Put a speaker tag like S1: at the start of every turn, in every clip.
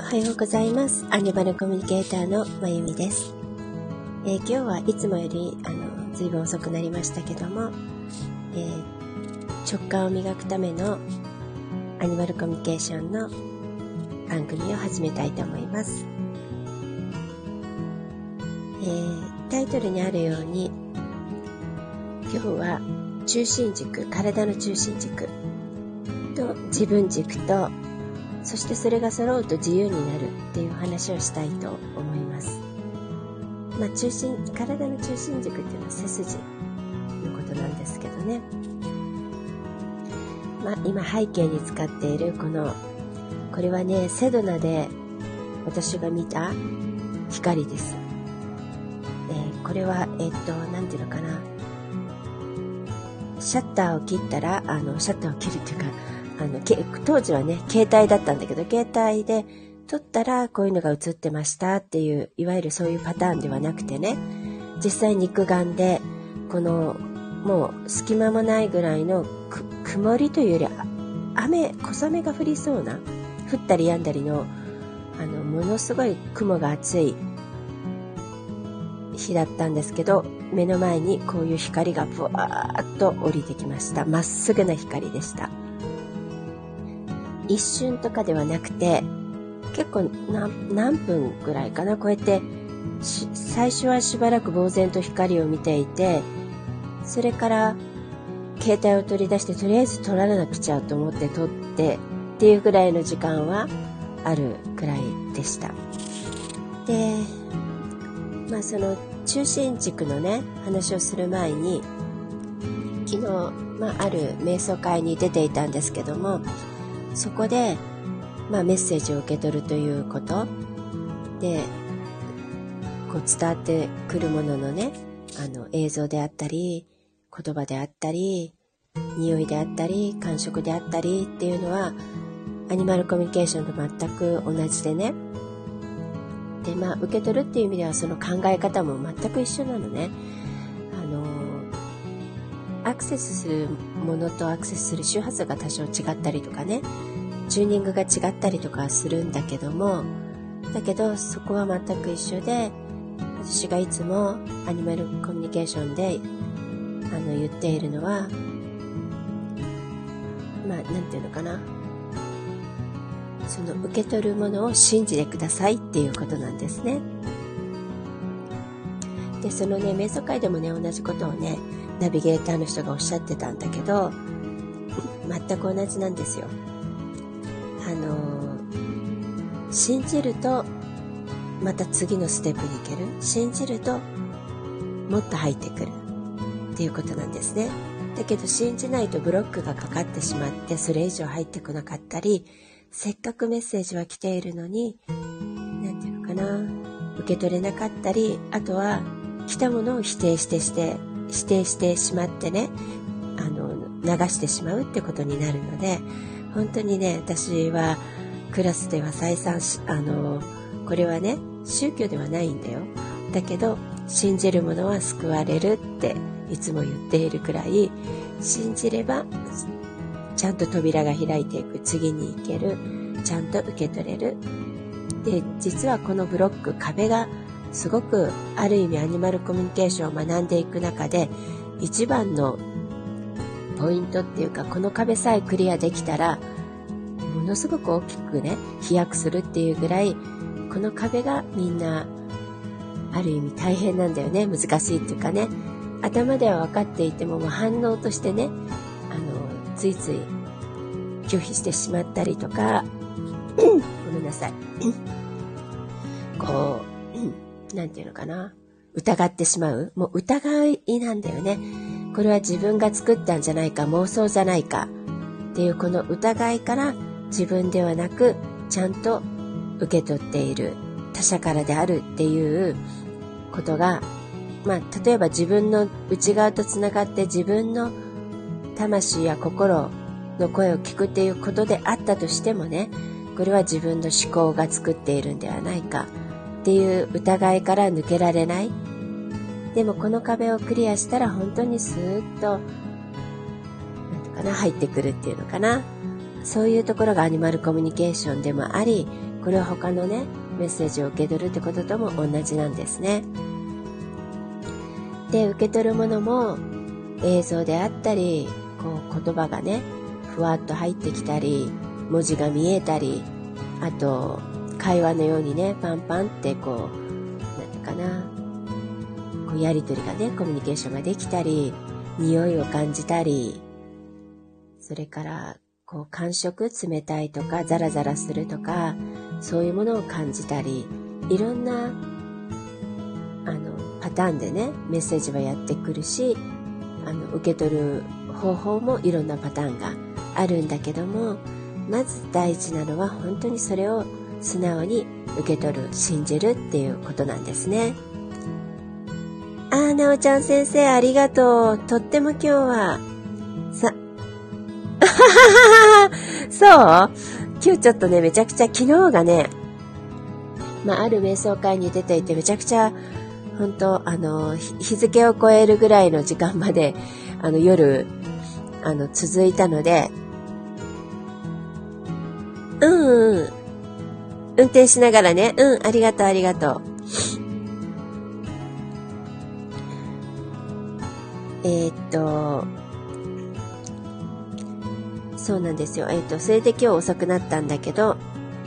S1: はようございます。アニマルコミュニケーターのまゆみです。今日はいつもよりずいぶん遅くなりましたけども、直感を磨くためのアニマルコミュニケーションの番組を始めたいと思います。タイトルにあるように、今日は中心軸、体の中心軸と自分軸と、そしてそれが揃うと自由になるっていう話をしたいと思います。体の中心軸っていうのは背筋のことなんですけどね。今背景に使っているこれはね、セドナで私が見た光です。これはなんていうのかな、シャッターを切ったらシャッターを切るっていうか、当時はね、携帯だったんだけど、携帯で撮ったらこういうのが映ってましたっていう、いわゆるそういうパターンではなくてね、実際肉眼でもう隙間もないぐらいの曇りというより小雨が降りそうな、降ったり止んだりのものすごい雲が厚い日だったんですけど、目の前にこういう光がブワーッと降りてきました。まっすぐな光でした。一瞬とかではなくて、結構何分ぐらいかな、こうやって最初はしばらく呆然と光を見ていて、それから携帯を取り出して、とりあえず撮らなくちゃと思って撮ってっていうぐらいの時間はあるくらいでした。で、その中心軸のね、話をする前に、昨日、ある瞑想会に出ていたんですけども、そこで、メッセージを受け取るということで、伝わってくるもののね、映像であったり、言葉であったり、匂いであったり、感触であったりっていうのは、アニマルコミュニケーションと全く同じでね。で、受け取るっていう意味では、その考え方も全く一緒なのね。アクセスするものとアクセスする周波数が多少違ったりとかね、チューニングが違ったりとかするんだけども、そこは全く一緒で、私がいつもアニマルコミュニケーションで言っているのは、なんていうのかな、その受け取るものを信じてくださいっていうことなんですね。で、そのね、瞑想会でもね、同じことをね、ナビゲーターの人がおっしゃってたんだけど、全く同じなんですよ。信じるとまた次のステップに行ける、信じるともっと入ってくるっていうことなんですね。だけど信じないとブロックがかかってしまって、それ以上入ってこなかったり、せっかくメッセージは来ているのに、なんていうのかな、受け取れなかったり、あとは来たものを否定してしまってね、流してしまうってことになるので、本当にね、私はクラスでは再三これはね、宗教ではないんだよ。だけど信じる者は救われるっていつも言っているくらい、信じればちゃんと扉が開いていく、次に行ける、ちゃんと受け取れる。で、実はこのブロック、壁がすごくある意味アニマルコミュニケーションを学んでいく中で一番のポイントっていうか、この壁さえクリアできたらものすごく大きくね、飛躍するっていうぐらい、この壁がみんなある意味大変なんだよね。難しいっていうかね、頭では分かっていても、反応としてね、ついつい拒否してしまったりとかごめんなさいなんていうのかな、疑ってしまう、もう疑いなんだよね。これは自分が作ったんじゃないか、妄想じゃないかっていう、この疑いから自分ではなくちゃんと受け取っている他者からであるっていうことが、例えば自分の内側とつながって自分の魂や心の声を聞くっていうことであったとしてもね、これは自分の思考が作っているんではないかっていう疑いから抜けられない。でもこの壁をクリアしたら本当にスーッと入ってくるっていうのかな。そういうところがアニマルコミュニケーションでもあり、 これは他のね、メッセージを受け取るってこととも同じなんですね。で、受け取るものも映像であったり、言葉がね、ふわっと入ってきたり、文字が見えたり、あと会話のようにね、パンパンってなんていうかな、やりとりがね、コミュニケーションができたり、匂いを感じたり、それから感触、冷たいとかザラザラするとか、そういうものを感じたり、いろんなパターンでね、メッセージはやってくるし、受け取る方法もいろんなパターンがあるんだけども、まず大事なのは本当にそれを素直に受け取る、信じるっていうことなんですね。なおちゃん先生ありがとう。とっても今日はそう今日ちょっとね、めちゃくちゃ昨日がね、ある瞑想会に出ていて、めちゃくちゃ本当日付を超えるぐらいの時間まで夜続いたので、運転しながらね、ありがとうありがとう。そうなんですよ。それで今日遅くなったんだけど、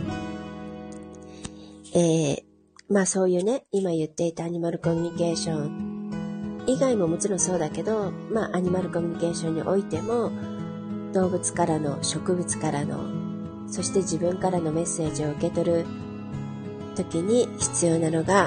S1: そういうね、今言っていたアニマルコミュニケーション以外ももちろんそうだけど、アニマルコミュニケーションにおいても、動物からの、植物からの、そして自分からのメッセージを受け取る時に必要なのが、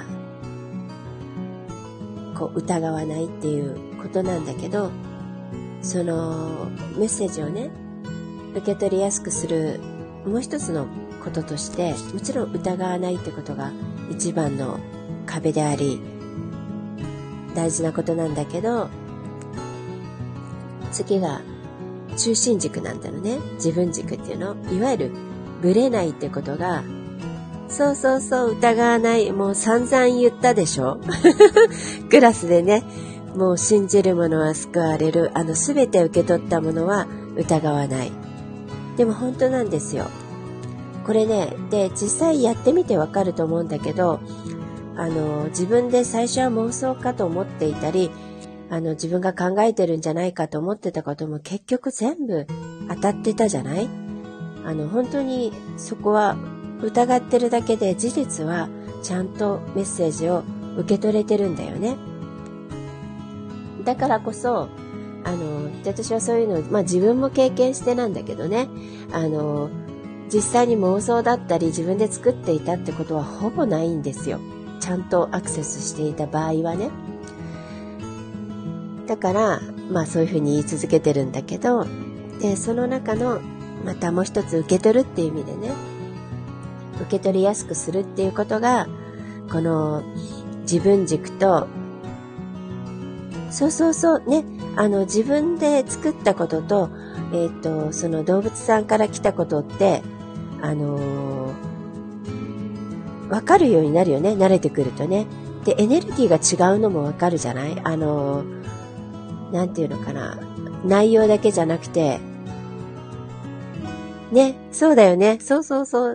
S1: 疑わないっていうことなんだけど、そのメッセージをね、受け取りやすくするもう一つのこととして、もちろん疑わないってことが一番の壁であり大事なことなんだけど、次が中心軸なんだろうね。自分軸っていうの、いわゆるブレないってことが、そう疑わない、もう散々言ったでしょクラスでね、もう信じるものは救われる、すべて受け取ったものは疑わない。でも本当なんですよ。これね、で実際やってみてわかると思うんだけど、自分で最初は妄想かと思っていたり、自分が考えてるんじゃないかと思ってたことも結局全部当たってたじゃない？本当にそこは疑ってるだけで、事実はちゃんとメッセージを受け取れてるんだよね。だからこそ私はそういうのを、自分も経験してなんだけどね、実際に妄想だったり自分で作っていたってことはほぼないんですよ。ちゃんとアクセスしていた場合はね。だからそういうふうに言い続けてるんだけど、でその中のまたもう一つ受け取るっていう意味でね、受け取りやすくするっていうことが、この自分軸と、ね、自分で作ったことと、その動物さんから来たことって、わかるようになるよね、慣れてくるとね。で、エネルギーが違うのもわかるじゃない？なんていうのかな、内容だけじゃなくて、ね、そうだよね。そう。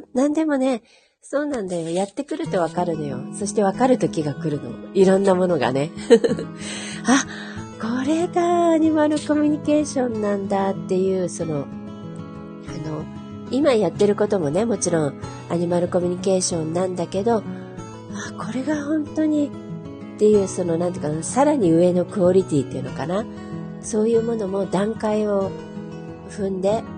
S1: なんでもね、そうなんだよ。やってくるとわかるのよ。そしてわかる時が来るの。いろんなものがね。あ、これがアニマルコミュニケーションなんだっていう、今やってることもね、もちろんアニマルコミュニケーションなんだけど、これが本当にっていう、なんていうかな、さらに上のクオリティっていうのかな。そういうものも段階を踏んで、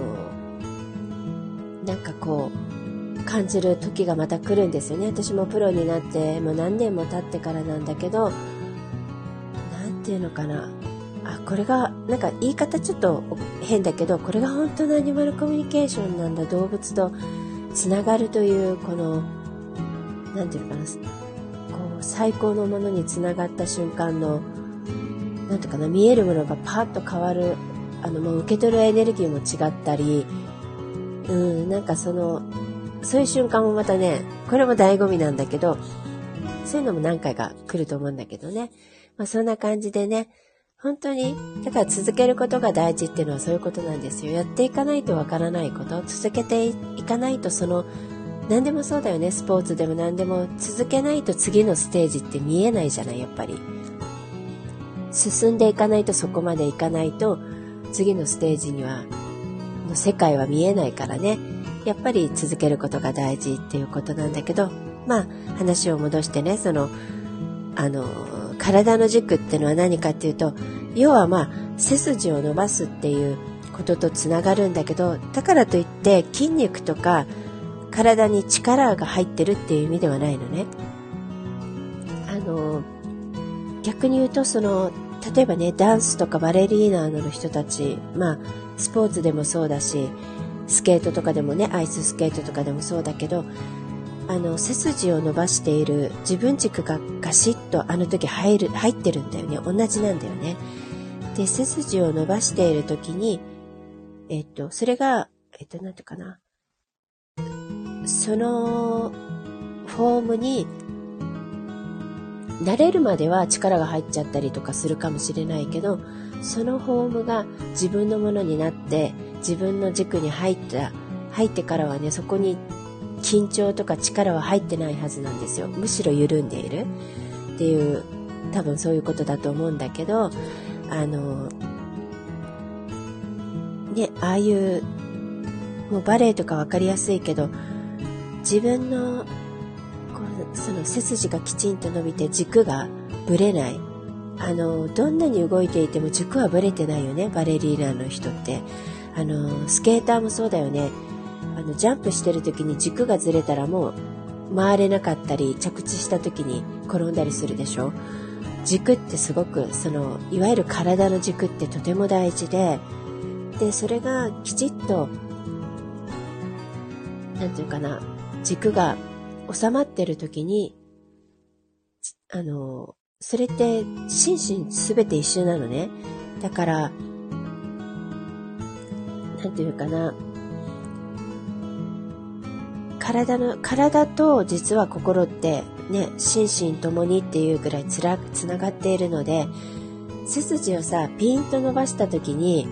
S1: なんか感じる時がまた来るんですよね。私もプロになってもう何年も経ってからなんだけど、なんていうのかな、これがなんか言い方ちょっと変だけど、これが本当のアニマルコミュニケーションなんだ、動物とつながるという、このなんていうのかな、最高のものにつながった瞬間の、なんていうかな、見えるものがパッと変わる、もう受け取るエネルギーも違ったり、なんかそういう瞬間もまたね、これも醍醐味なんだけど、そういうのも何回か来ると思うんだけどね。そんな感じでね、本当に、だから続けることが大事っていうのはそういうことなんですよ。やっていかないとわからないこと、続けていかないとその何でもそうだよね。スポーツでも何でも続けないと次のステージって見えないじゃない、やっぱり。進んでいかないと、そこまでいかないと次のステージの世界は見えないからね。やっぱり続けることが大事っていうことなんだけど、話を戻してね、体の軸ってのは何かっていうと、要は背筋を伸ばすっていうこととつながるんだけど、だからといって筋肉とか体に力が入ってるっていう意味ではないのね。逆に言うと、例えばね、ダンスとかバレリーナの人たち、スポーツでもそうだし、スケートとかでもね、アイススケートとかでもそうだけど、背筋を伸ばしている自分軸がガシッとあの時入ってるんだよね。同じなんだよね。で、背筋を伸ばしている時に、それが、なんていうかな。そのフォームに慣れるまでは力が入っちゃったりとかするかもしれないけど、そのフォームが自分のものになって自分の軸に入ってからはね、そこに緊張とか力は入ってないはずなんですよ。むしろ緩んでいるっていう、多分そういうことだと思うんだけど、ああいうもうバレエとかわかりやすいけど、自分のその背筋がきちんと伸びて軸がぶれない、どんなに動いていても軸はぶれてないよね、バレリーナの人って。スケーターもそうだよね。ジャンプしてる時に軸がずれたらもう回れなかったり、着地した時に転んだりするでしょ。軸ってすごくいわゆる体の軸ってとても大事で、それがきちっとなんていうかな、軸が収まってる時にそれって心身すべて一緒なのね。だからなんていうかな、体と実は心ってね、心身ともにっていうぐらいつながっているので、背筋をピンと伸ばした時に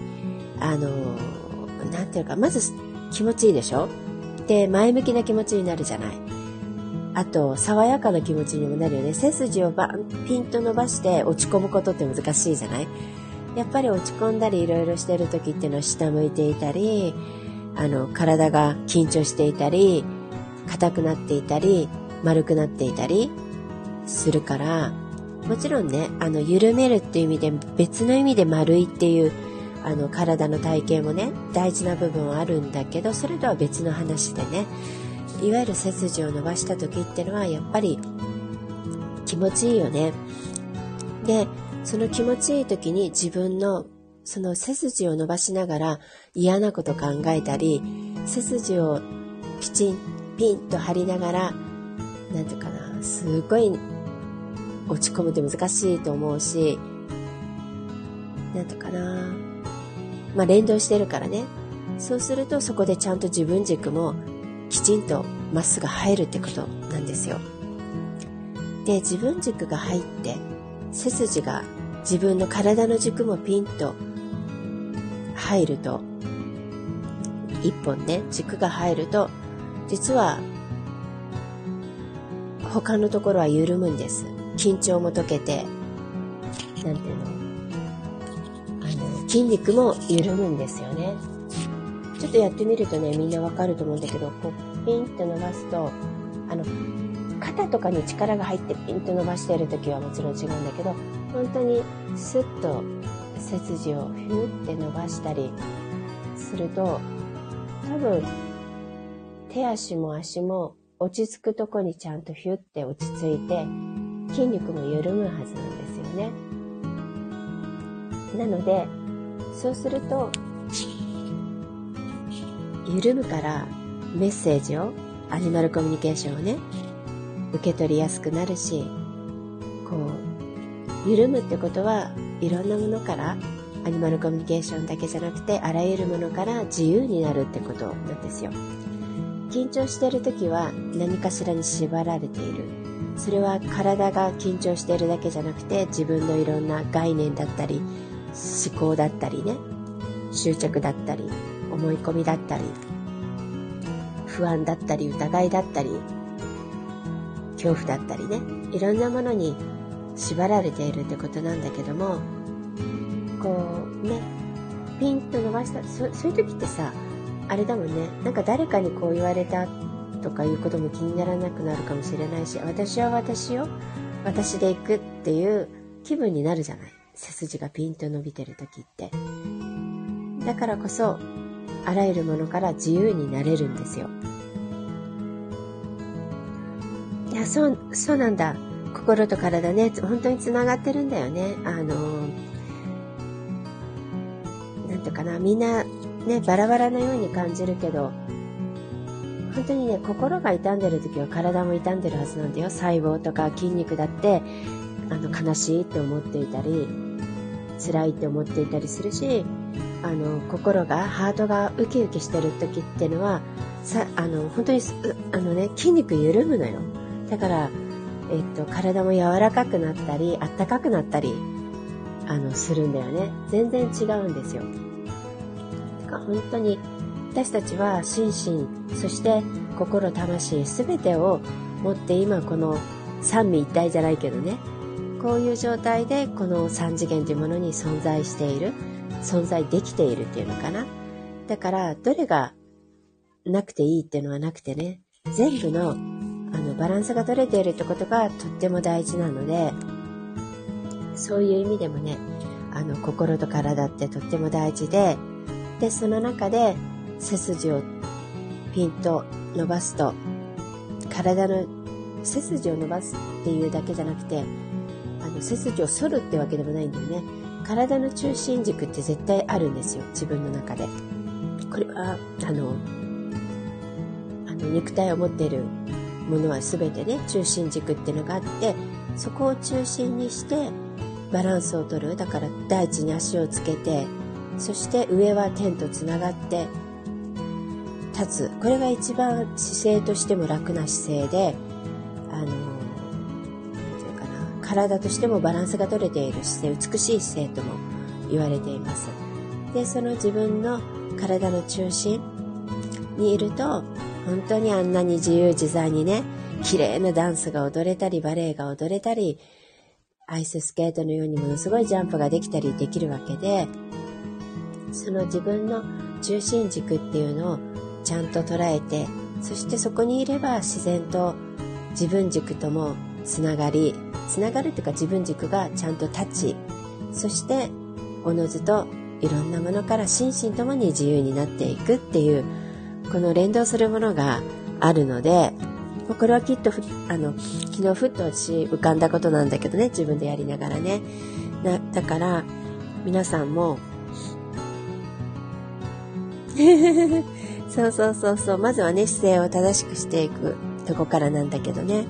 S1: なんていうか、まず気持ちいいでしょ。で、前向きな気持ちになるじゃない。あと爽やかな気持ちにもなるよね。背筋をピンと伸ばして落ち込むことって難しいじゃない。やっぱり落ち込んだりいろいろしてる時っていうのは下向いていたり、体が緊張していたり、硬くなっていたり、丸くなっていたりするから、もちろんね、緩めるっていう意味で、別の意味で丸いっていう体の体型もね、大事な部分はあるんだけど、それとは別の話でね、いわゆる背筋を伸ばした時ってのはやっぱり気持ちいいよね。で、その気持ちいい時に自分のその背筋を伸ばしながら嫌なこと考えたり、背筋をピンと張りながら、なんていうかな、すごい落ち込むって難しいと思うし、なんていうかな、連動してるからね。そうするとそこでちゃんと自分軸もきちんとまっすぐ入るってことなんですよ。で、自分軸が入って背筋が自分の体の軸もピンと入ると、一本ね、軸が入ると、実は他のところは緩むんです。緊張も解けて、なんていうの、筋肉も緩むんですよね。ちょっとやってみるとね、みんなわかると思うんだけど、ピンと伸ばすと、肩とかに力が入ってピンと伸ばしている時はもちろん違うんだけど、本当にスッと背筋をヒューって伸ばしたりすると、多分手足も足も落ち着くとこにちゃんとヒューって落ち着いて、筋肉も緩むはずなんですよね。なので、そうすると緩むからメッセージを、アニマルコミュニケーションをね、受け取りやすくなるし、緩むってことはいろんなものから、アニマルコミュニケーションだけじゃなくてあらゆるものから自由になるってことなんですよ。緊張している時は何かしらに縛られている。それは体が緊張しているだけじゃなくて、自分のいろんな概念だったり思考だったりね、執着だったり思い込みだったり不安だったり疑いだったり恐怖だったりね、いろんなものに縛られているってことなんだけども、こうね、ピンと伸ばした、そういう時ってさ、あれだもんね、なんか誰かにこう言われたとかいうことも気にならなくなるかもしれないし、私は私を私で行くっていう気分になるじゃない、背筋がピンと伸びてる時って。だからこそあらゆるものから自由になれるんですよ。いや、そうなんだ。心と体ね、本当につながってるんだよね。なんていうかな、みんなね、バラバラのように感じるけど、本当にね、心が痛んでる時は体も痛んでるはずなんだよ。細胞とか筋肉だって悲しいって思っていたり、辛いって思っていたりするし、心が、ハートがウキウキしてる時ってのは本当に筋肉緩むのよ。だから体も柔らかくなったり、あったかくなったりするんだよね。全然違うんですよ。だから本当に私たちは心身、そして心、魂、すべてを持って今この三位一体じゃないけどね、こういう状態でこの三次元というものに存在している、存在できているっていうのかな。だからどれがなくていいっていうのはなくてね、全部のバランスが取れているってことがとっても大事なので、そういう意味でもね、心と体ってとっても大事で、その中で背筋をピンと伸ばすと、体の背筋を伸ばすっていうだけじゃなくて、背筋を反るってわけでもないんだよね。体の中心軸って絶対あるんですよ、自分の中で。これは肉体を持っているものは全てね、中心軸っていうのがあって、そこを中心にしてバランスを取る。だから大地に足をつけて、そして上は天とつながって立つ。これが一番姿勢としても楽な姿勢で、なんていうかな、体としてもバランスが取れている姿勢、美しい姿勢とも言われています。で、その自分の体の中心にいると、本当にあんなに自由自在にね、綺麗なダンスが踊れたり、バレエが踊れたり、アイススケートのようにものすごいジャンプができたりできるわけで、その自分の中心軸っていうのをちゃんと捉えて、そしてそこにいれば自然と自分軸ともつながるっていうか、自分軸がちゃんと立ち、そしておのずといろんなものから心身ともに自由になっていくっていう、この連動するものがあるので、これはきっと昨日ふっと私浮かんだことなんだけどね、自分でやりながらね。だから皆さんもそうまずはね、姿勢を正しくしていくとこからなんだけどね、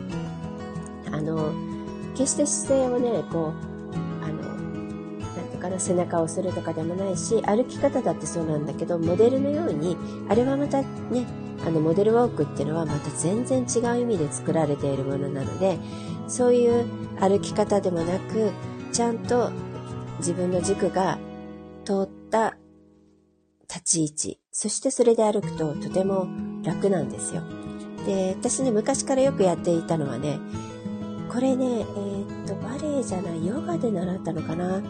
S1: 決して姿勢をね、こうなんていうかな、背中をするとかでもないし、歩き方だってそうなんだけど、モデルのように、あれはまたね、モデルウォークっていうのはまた全然違う意味で作られているものなので、そういう歩き方でもなく、ちゃんと自分の軸が通った立ち位置、そしてそれで歩くととても楽なんですよ。で、私ね、昔からよくやっていたのはね、これね、バレエじゃない、ヨガで習ったのかな。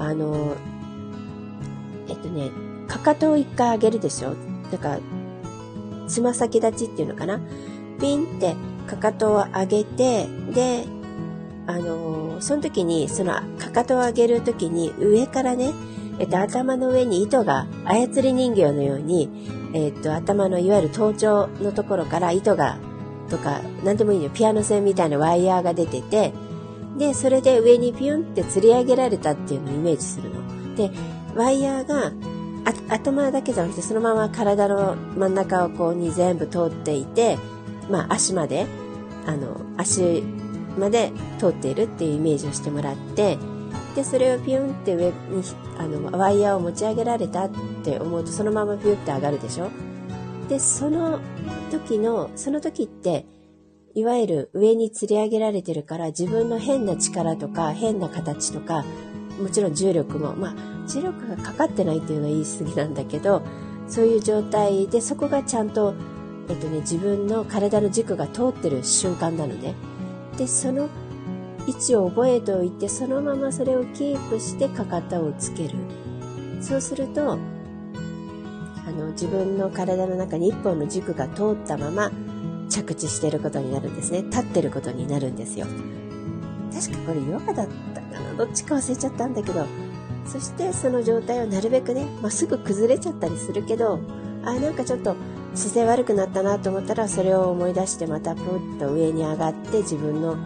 S1: かかとを一回上げるでしょ。だからつま先立ちっていうのかな。ピンってかかとを上げて、で、その時に、そのかかとを上げる時に上からね、頭の上に糸が操り人形のように、頭のいわゆる頭頂のところから糸がとか、なんでもいいのよ、ピアノ線みたいなワイヤーが出てて、で、それで上にピュンって吊り上げられたっていうのをイメージするの。で、ワイヤーが頭だけじゃなくて、そのまま体の真ん中をこうに全部通っていて、まあ足まで通っているっていうイメージをしてもらって、で、それをピュンって上にワイヤーを持ち上げられたって思うと、そのままピュンって上がるでしょ。で、その時っていわゆる上に吊り上げられてるから、自分の変な力とか変な形とか、もちろん重力も、重力がかかってないっていうのは言い過ぎなんだけど、そういう状態で、そこがちゃんと、 自分の体の軸が通ってる瞬間なのね。で、その位置を覚えておいて、そのままそれをキープしてかかとをつける。そうすると、自分の体の中に一本の軸が通ったまま着地していることになるんですね。立ってることになるんですよ。確かこれヨガだったかな、どっちか忘れちゃったんだけど、そしてその状態をなるべくね、すぐ崩れちゃったりするけど、なんかちょっと姿勢悪くなったなと思ったら、それを思い出してまたプッと上に上がって、自分の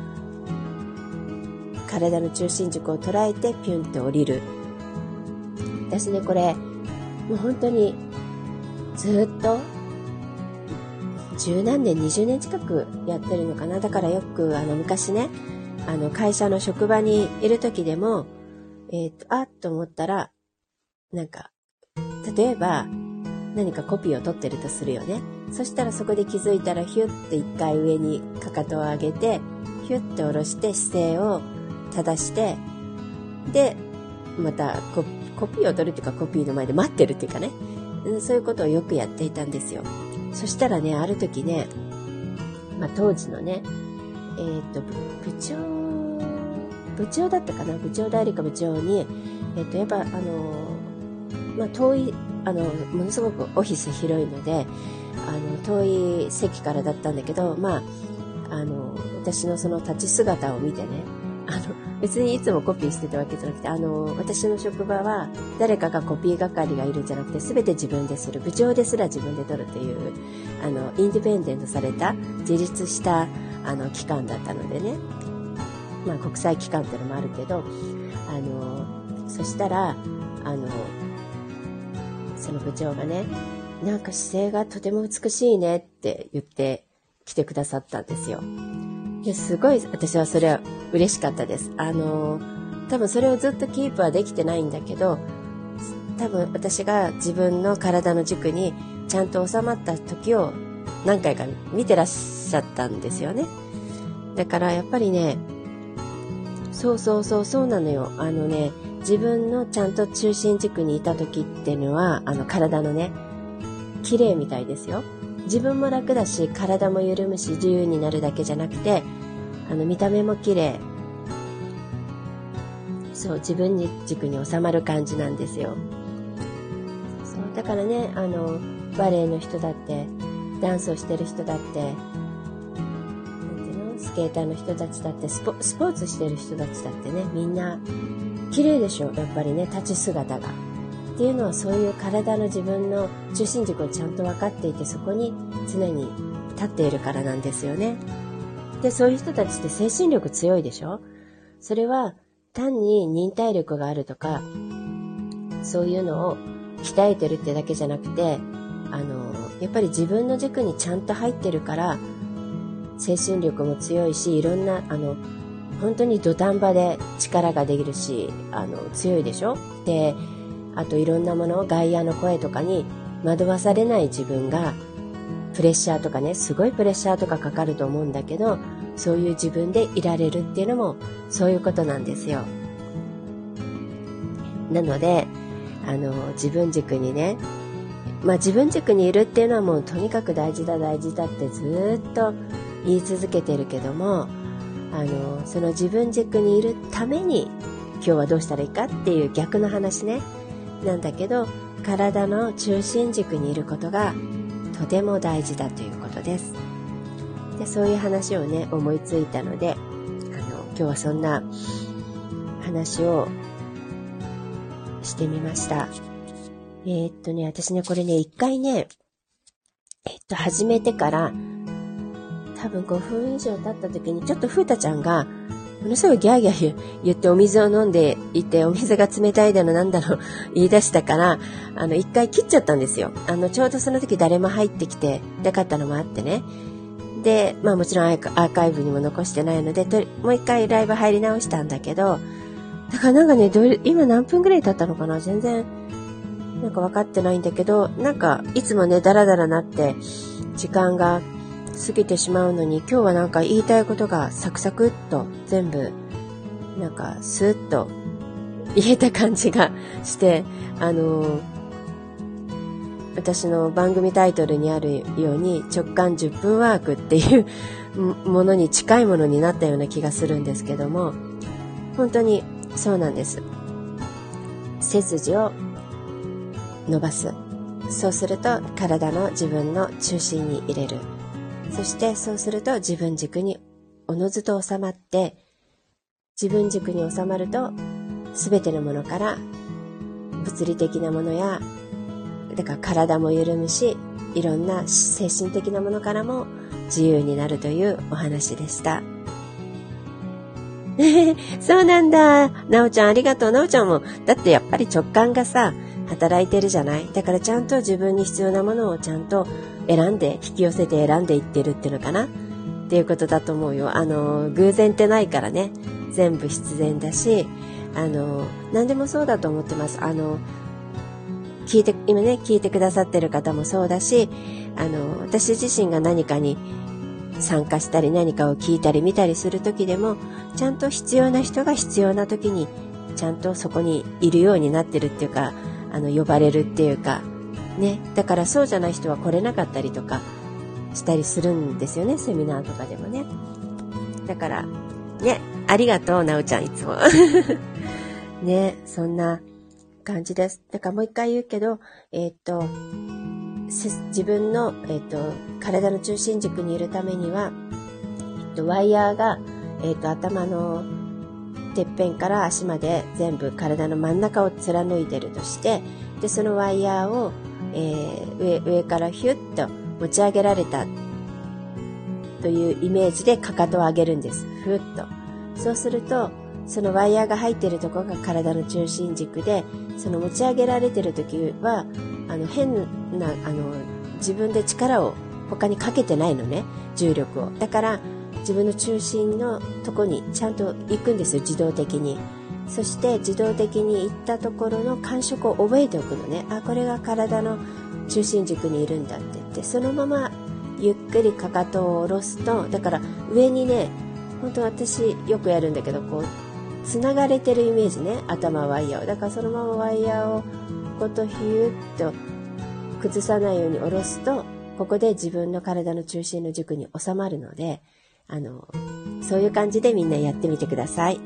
S1: 体の中心軸を捉えてピュンって降りる。私ね、これもう本当にずっと十何年20年近くやってるのかな。だからよく昔ね、会社の職場にいる時でもと思ったら、なんか例えば何かコピーを取ってるとするよね。そしたらそこで気づいたらヒュッて一回上にかかとを上げて、ヒュッて下ろして姿勢を正して、でまたコピーを取るっていうか、コピーの前で待ってるっていうかね、そういうことをよくやっていたんですよ。そしたらね、ある時ね、当時のね、部長だったかな、部長代理か部長に、やっぱ遠い、ものすごくオフィス広いので、遠い席からだったんだけど、私のその立ち姿を見てね、別にいつもコピーしてたわけじゃなくて、私の職場は誰かがコピー係がいるんじゃなくて、全て自分でする。部長ですら自分で取るという、インディペンデントされた、自立した、機関だったのでね。国際機関っていうのもあるけど、そしたら、その部長がね、なんか姿勢がとても美しいねって言って来てくださったんですよ。すごい私はそれは嬉しかったです。多分それをずっとキープはできてないんだけど、多分私が自分の体の軸にちゃんと収まった時を何回か見てらっしゃったんですよね。だからやっぱりね、そうなのよ。自分のちゃんと中心軸にいた時っていうのは、体のね、綺麗みたいですよ。自分も楽だし、体も緩むし、自由になるだけじゃなくて、見た目も綺麗。そう、自分軸に収まる感じなんですよ。そう、だからね、バレエの人だって、ダンスをしてる人だって、スケーターの人たちだって、スポーツしてる人たちだってね、みんな綺麗でしょ、やっぱりね、立ち姿が。っていうのは、そういう体の自分の中心軸をちゃんと分かっていて、そこに常に立っているからなんですよね。で、そういう人たちって精神力強いでしょ。それは単に忍耐力があるとか、そういうのを鍛えてるってだけじゃなくて、やっぱり自分の軸にちゃんと入ってるから、精神力も強いし、いろんな本当に土壇場で力ができるし、強いでしょ。で、あといろんなもの、外野の声とかに惑わされない自分が、プレッシャーとかね、すごいプレッシャーとかかかると思うんだけど、そういう自分でいられるっていうのもそういうことなんですよ。なので自分軸にね、自分軸にいるっていうのはもうとにかく大事だってずっと言い続けてるけども、その自分軸にいるために今日はどうしたらいいかっていう逆の話ね、なんだけど、体の中心軸にいることがとても大事だということです。で、そういう話をね、思いついたので、今日はそんな話をしてみました。私ね、これね、一回ね、始めてから、多分5分以上経った時に、ちょっと風太ちゃんが、ものすごいギャーギャー言ってお水を飲んでいて、お水が冷たいだのなんだろう言い出したから、一回切っちゃったんですよ。ちょうどその時誰も入ってきてなかったのもあってね。で、もちろんアーカイブにも残してないので、もう一回ライブ入り直したんだけど、だからなんかね、今何分ぐらい経ったのかな、全然、なんか分かってないんだけど、なんかいつもね、ダラダラなって時間が過ぎてしまうのに、今日はなんか言いたいことがサクサクっと全部なんかスーッと言えた感じがして、 私の番組タイトルにあるように直感10分ワークっていうものに近いものになったような気がするんですけども、本当にそうなんです。背筋を伸ばす。そうすると体の自分の中心に入れる。そしてそうすると自分軸におのずと収まって、自分軸に収まるとすべてのものから物理的なものや、だから体も緩むし、いろんな精神的なものからも自由になるというお話でした。そうなんだ。なおちゃんありがとう。なおちゃんも、だってやっぱり直感がさ、働いてるじゃない。だからちゃんと自分に必要なものをちゃんと選んで、引き寄せて選んでいってるっていうのかなっていうことだと思うよ。偶然ってないからね。全部必然だし、何でもそうだと思ってます。今ね、聞いてくださってる方もそうだし、私自身が何かに参加したり何かを聞いたり見たりする時でも、ちゃんと必要な人が必要な時にちゃんとそこにいるようになってるっていうか、呼ばれるっていうかね。だからそうじゃない人は来れなかったりとかしたりするんですよね、セミナーとかでもね。だからね、ありがとうなおちゃん、いつもね、そんな感じです。だからもう一回言うけど、自分の、体の中心軸にいるためには、ワイヤーが、頭のてっぺんから足まで全部体の真ん中を貫いてるとして、でそのワイヤーを、上からヒュッと持ち上げられたというイメージでかかとを上げるんです。ふっと。そうするとそのワイヤーが入っているところが体の中心軸で、その持ち上げられている時は変な自分で力を他にかけてないのね、重力を。だから自分の中心のとこにちゃんと行くんですよ、自動的に。そして自動的に行ったところの感触を覚えておくのね。あ、これが体の中心軸にいるんだって言って、そのままゆっくりかかとを下ろすと、だから上にね、本当私よくやるんだけど、こうつながれてるイメージね、頭ワイヤーを。だからそのままワイヤーをこことヒューッと崩さないように下ろすと、ここで自分の体の中心の軸に収まるので、そういう感じでみんなやってみてください。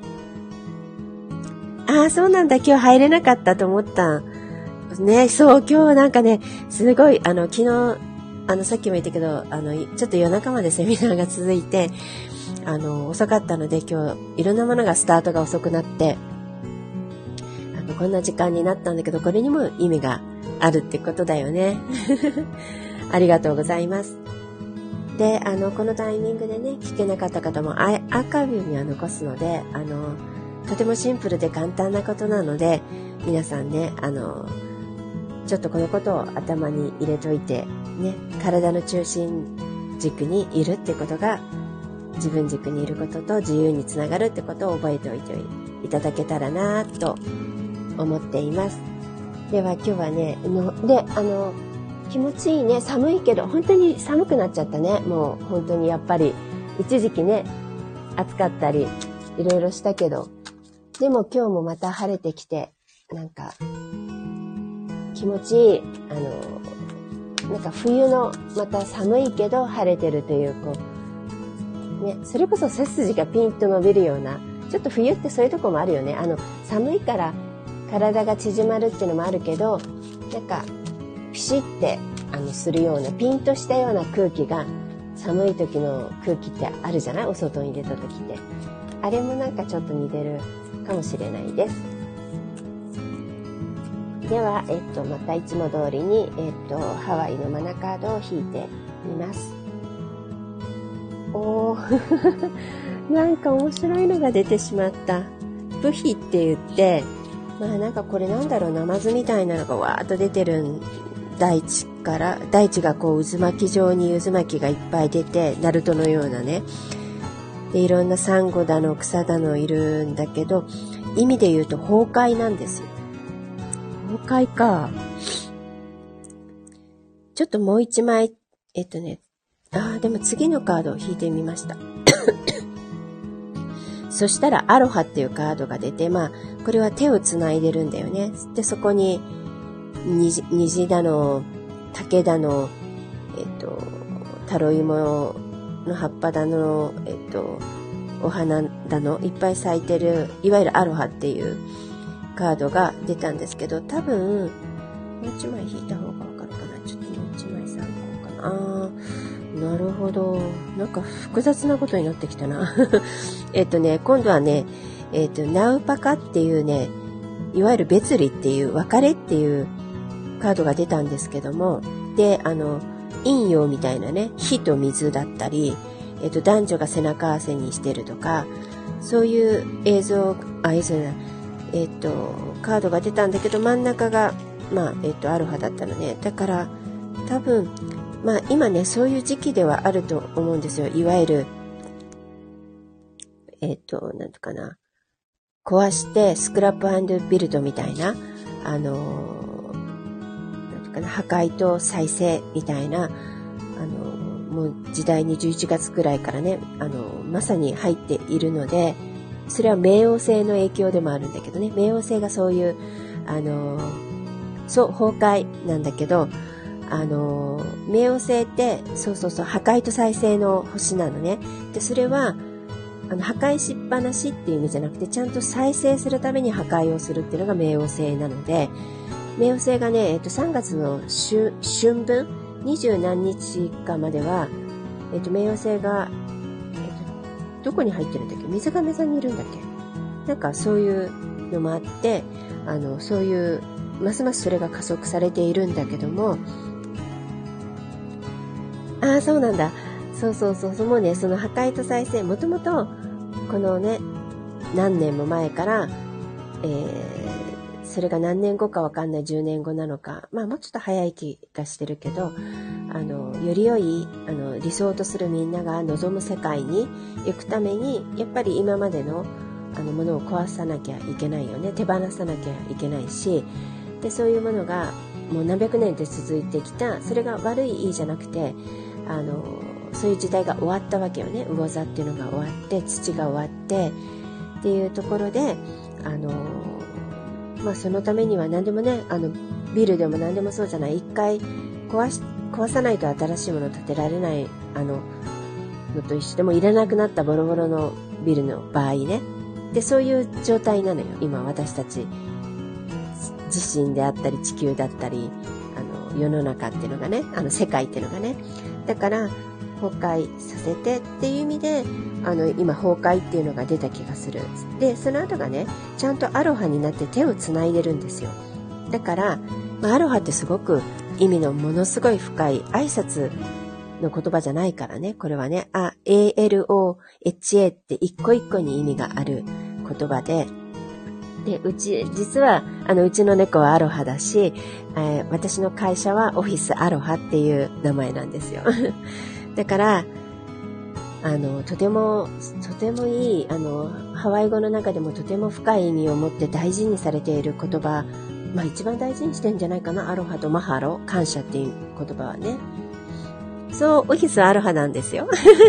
S1: ああ、そうなんだ。今日入れなかったと思ったね。そう、今日なんかね、すごい昨日さっきも言ったけどちょっと夜中までセミナーが続いて遅かったので、今日いろんなものがスタートが遅くなってこんな時間になったんだけど、これにも意味があるってことだよね。ありがとうございます。で、このタイミングでね、聞けなかった方もアーカイブには残すので、とてもシンプルで簡単なことなので、皆さんね、ちょっとこのことを頭に入れといて、ね、体の中心軸にいるってことが、自分軸にいることと自由につながるってことを覚えておいていただけたらなと思っています。では今日はね、気持ちいいね。寒いけど本当に寒くなっちゃったね。もう本当にやっぱり一時期ね、暑かったりいろいろしたけど、でも今日もまた晴れてきて、なんか気持ちいい。なんか冬のまた寒いけど晴れてるというね、それこそ背筋がピンと伸びるような、ちょっと冬ってそういうとこもあるよね。寒いから体が縮まるっていうのもあるけど、なんかピシッてするようなピンとしたような空気が、寒い時の空気ってあるじゃない、お外に出た時って。あれもなんかちょっと似てるかもしれないです。では、またいつも通りに、ハワイのマナカードを引いてみます。おーなんか面白いのが出てしまった。ブヒって言って、まあなんかこれなんだろう、ナマズみたいなのがわーっと出てる大地がこう渦巻き状に渦巻きがいっぱい出て、ナルトのようなね。でいろんなサンゴだの草だのいるんだけど、意味で言うと崩壊なんですよ。崩壊か。ちょっともう一枚、でも次のカードを引いてみました。そしたらアロハっていうカードが出て、まあこれは手をつないでるんだよね。でそこに虹だの竹だの、タロイモの葉っぱだの、お花だの、いっぱい咲いてる、いわゆるアロハっていうカードが出たんですけど、多分、もう一枚引いた方がわかるかな。ちょっともう一枚参考かな。なるほど。なんか複雑なことになってきたな。今度はね、ナウパカっていうね、いわゆる別離っていう、別れっていうカードが出たんですけども、で、陰陽みたいなね、火と水だったり、男女が背中合わせにしてるとか、そういう映像じゃない、カードが出たんだけど、真ん中が、アロハだったのね。だから、多分、今ね、そういう時期ではあると思うんですよ。いわゆる、なんていうかな、壊してスクラップ&ビルドみたいな、なんていうかな、破壊と再生みたいな、もう時代に11月くらいからね、まさに入っているので、それは冥王星の影響でもあるんだけどね、冥王星がそういう、そう、崩壊なんだけど、冥王星って、そう、破壊と再生の星なのね。で、それは、破壊しっぱなしっていう意味じゃなくて、ちゃんと再生するために破壊をするっていうのが冥王星なので、冥王星がね、3月の春分、20何日かまでは、冥王星が、どこに入ってるんだっけ？水亀座にいるんだっけ？なんかそういうのもあって、そういう、ますますそれが加速されているんだけども、そうなんだ。そう、もうね、その破壊と再生、もともと、このね、何年も前から、それが何年後かわかんない、10年後なのか、もうちょっと早い気がしてるけど、より良い、理想とするみんなが望む世界に行くために、やっぱり今までの、ものを壊さなきゃいけないよね。手放さなきゃいけないし、で、そういうものが、もう何百年って続いてきた、それが悪いいいじゃなくて、そういう時代が終わったわけよね。魚座っていうのが終わって、土が終わってっていうところで、そのためには何でもね、ビルでも何でもそうじゃない。一回壊さないと新しいものを建てられない、のと一緒でもいらなくなったボロボロのビルの場合ね。で、そういう状態なのよ。今私たち自身であったり地球だったり、世の中っていうのがね、世界っていうのがね。だから、崩壊させてっていう意味で、今崩壊っていうのが出た気がする。で、その後がね、ちゃんとアロハになって手をつないでるんですよ。だから、アロハってすごく意味のものすごい深い挨拶の言葉じゃないからね。これはね、ALOHA って一個一個に意味がある言葉で、で、実は、うちの猫はアロハだし、私の会社はオフィスアロハっていう名前なんですよ。だから、とてもいい、ハワイ語の中でもとても深い意味を持って大事にされている言葉、一番大事にしてんじゃないかな、アロハとマハロ、感謝っていう言葉はね。そう、オフィスアロハなんですよ。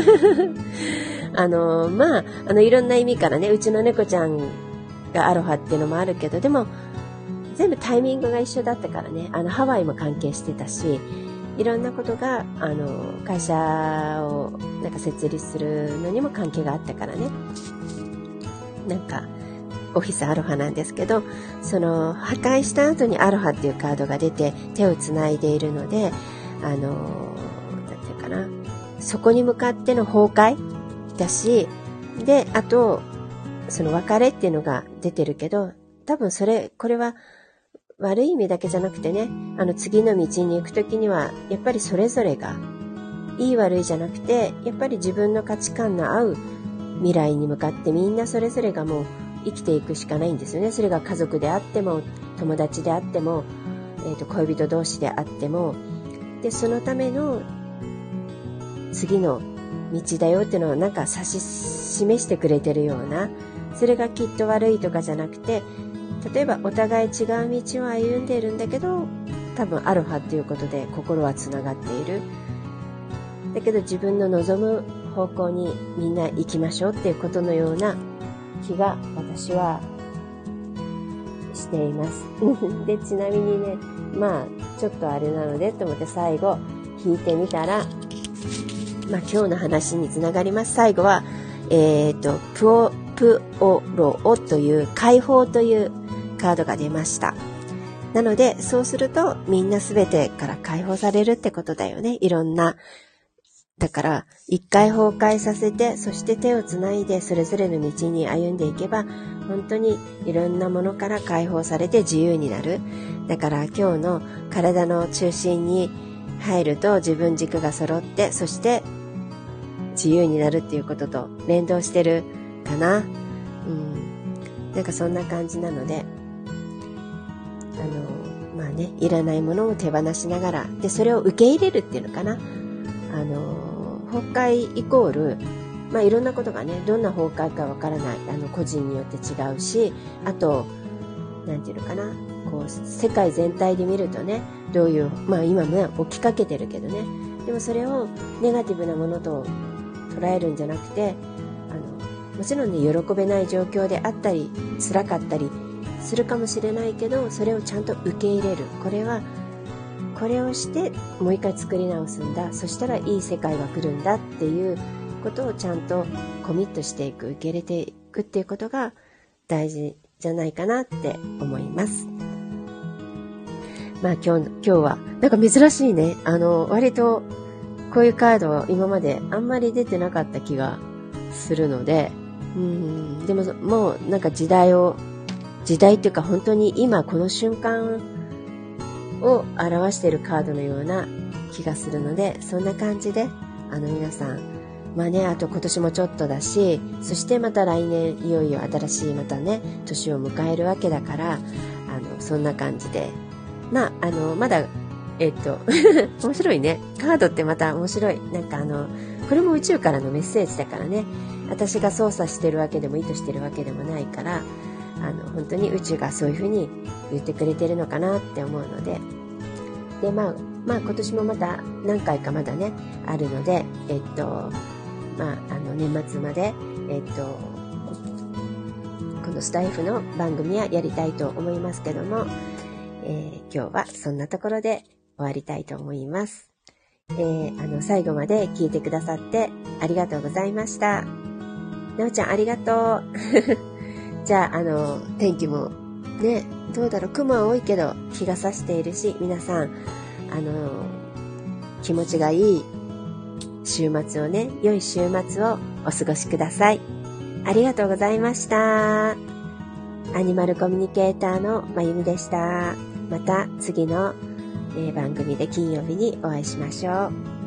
S1: いろんな意味からね、うちの猫ちゃんがアロハっていうのもあるけど、でも、全部タイミングが一緒だったからね、ハワイも関係してたし、いろんなことが、会社をなんか設立するのにも関係があったからね。なんか、オフィスアロハなんですけど、その、破壊した後にアロハっていうカードが出て、手をつないでいるので、なんていうかな、そこに向かっての崩壊だし、で、あと、その別れっていうのが出てるけど、多分これは悪い意味だけじゃなくてね、次の道に行くときには、やっぱりそれぞれが、いい悪いじゃなくて、やっぱり自分の価値観の合う未来に向かってみんなそれぞれがもう生きていくしかないんですよね。それが家族であっても、友達であっても、恋人同士であっても、で、そのための次の道だよっていうのをなんか指し示してくれてるような、それがきっと悪いとかじゃなくて、例えばお互い違う道を歩んでいるんだけど、多分アロハっていうことで心はつながっている。だけど自分の望む方向にみんな行きましょうっていうことのような気が私はしています。で、ちなみにね、 ちょっとあれなのでと思って最後引いてみたら、今日の話につながります。最後は、プオロオという解放というカードが出ました。なので、そうするとみんなすべてから解放されるってことだよね。いろんな。だから、一回崩壊させて、そして手をつないでそれぞれの道に歩んでいけば、本当にいろんなものから解放されて自由になる。だから今日の体の中心に入ると自分軸が揃って、そして自由になるっていうことと連動してるかな。なんかそんな感じなので、いらないものを手放しながら、で、それを受け入れるっていうのかな。崩壊イコール、いろんなことがね、どんな崩壊かわからない、個人によって違うし、あと、なんていうのかな、こう、世界全体で見るとね、どういう、今も起きかけてるけどね、でもそれをネガティブなものと捉えるんじゃなくて、もちろんね、喜べない状況であったり、辛かったりするかもしれないけど、それをちゃんと受け入れる。これをしてもう一回作り直すんだ。そしたらいい世界が来るんだっていうことをちゃんとコミットしていく、受け入れていくっていうことが大事じゃないかなって思います。今日はなんか珍しいね。割とこういうカードは今まであんまり出てなかった気がするので、でももうなんか時代っていうか本当に今この瞬間を表しているカードのような気がするので、そんな感じで皆さんあと今年もちょっとだし、そしてまた来年いよいよ新しいまたね年を迎えるわけだから、そんな感じでまだ面白いね。カードってまた面白い。なんかこれも宇宙からのメッセージだからね、私が操作してるわけでも意図してるわけでもないから、本当に宇宙がそういうふうに言ってくれてるのかなって思うので、で今年もまた何回かまだねあるので、年末までこのスタイフの番組はやりたいと思いますけども、今日はそんなところで終わりたいと思います。最後まで聞いてくださってありがとうございました。なおちゃんありがとう。じゃあ、天気もね、どうだろう、雲は多いけど日が差しているし、皆さん、気持ちがいい週末をね、良い週末をお過ごしください。ありがとうございました。アニマルコミュニケーターのまゆみでした。また次の、番組で金曜日にお会いしましょう。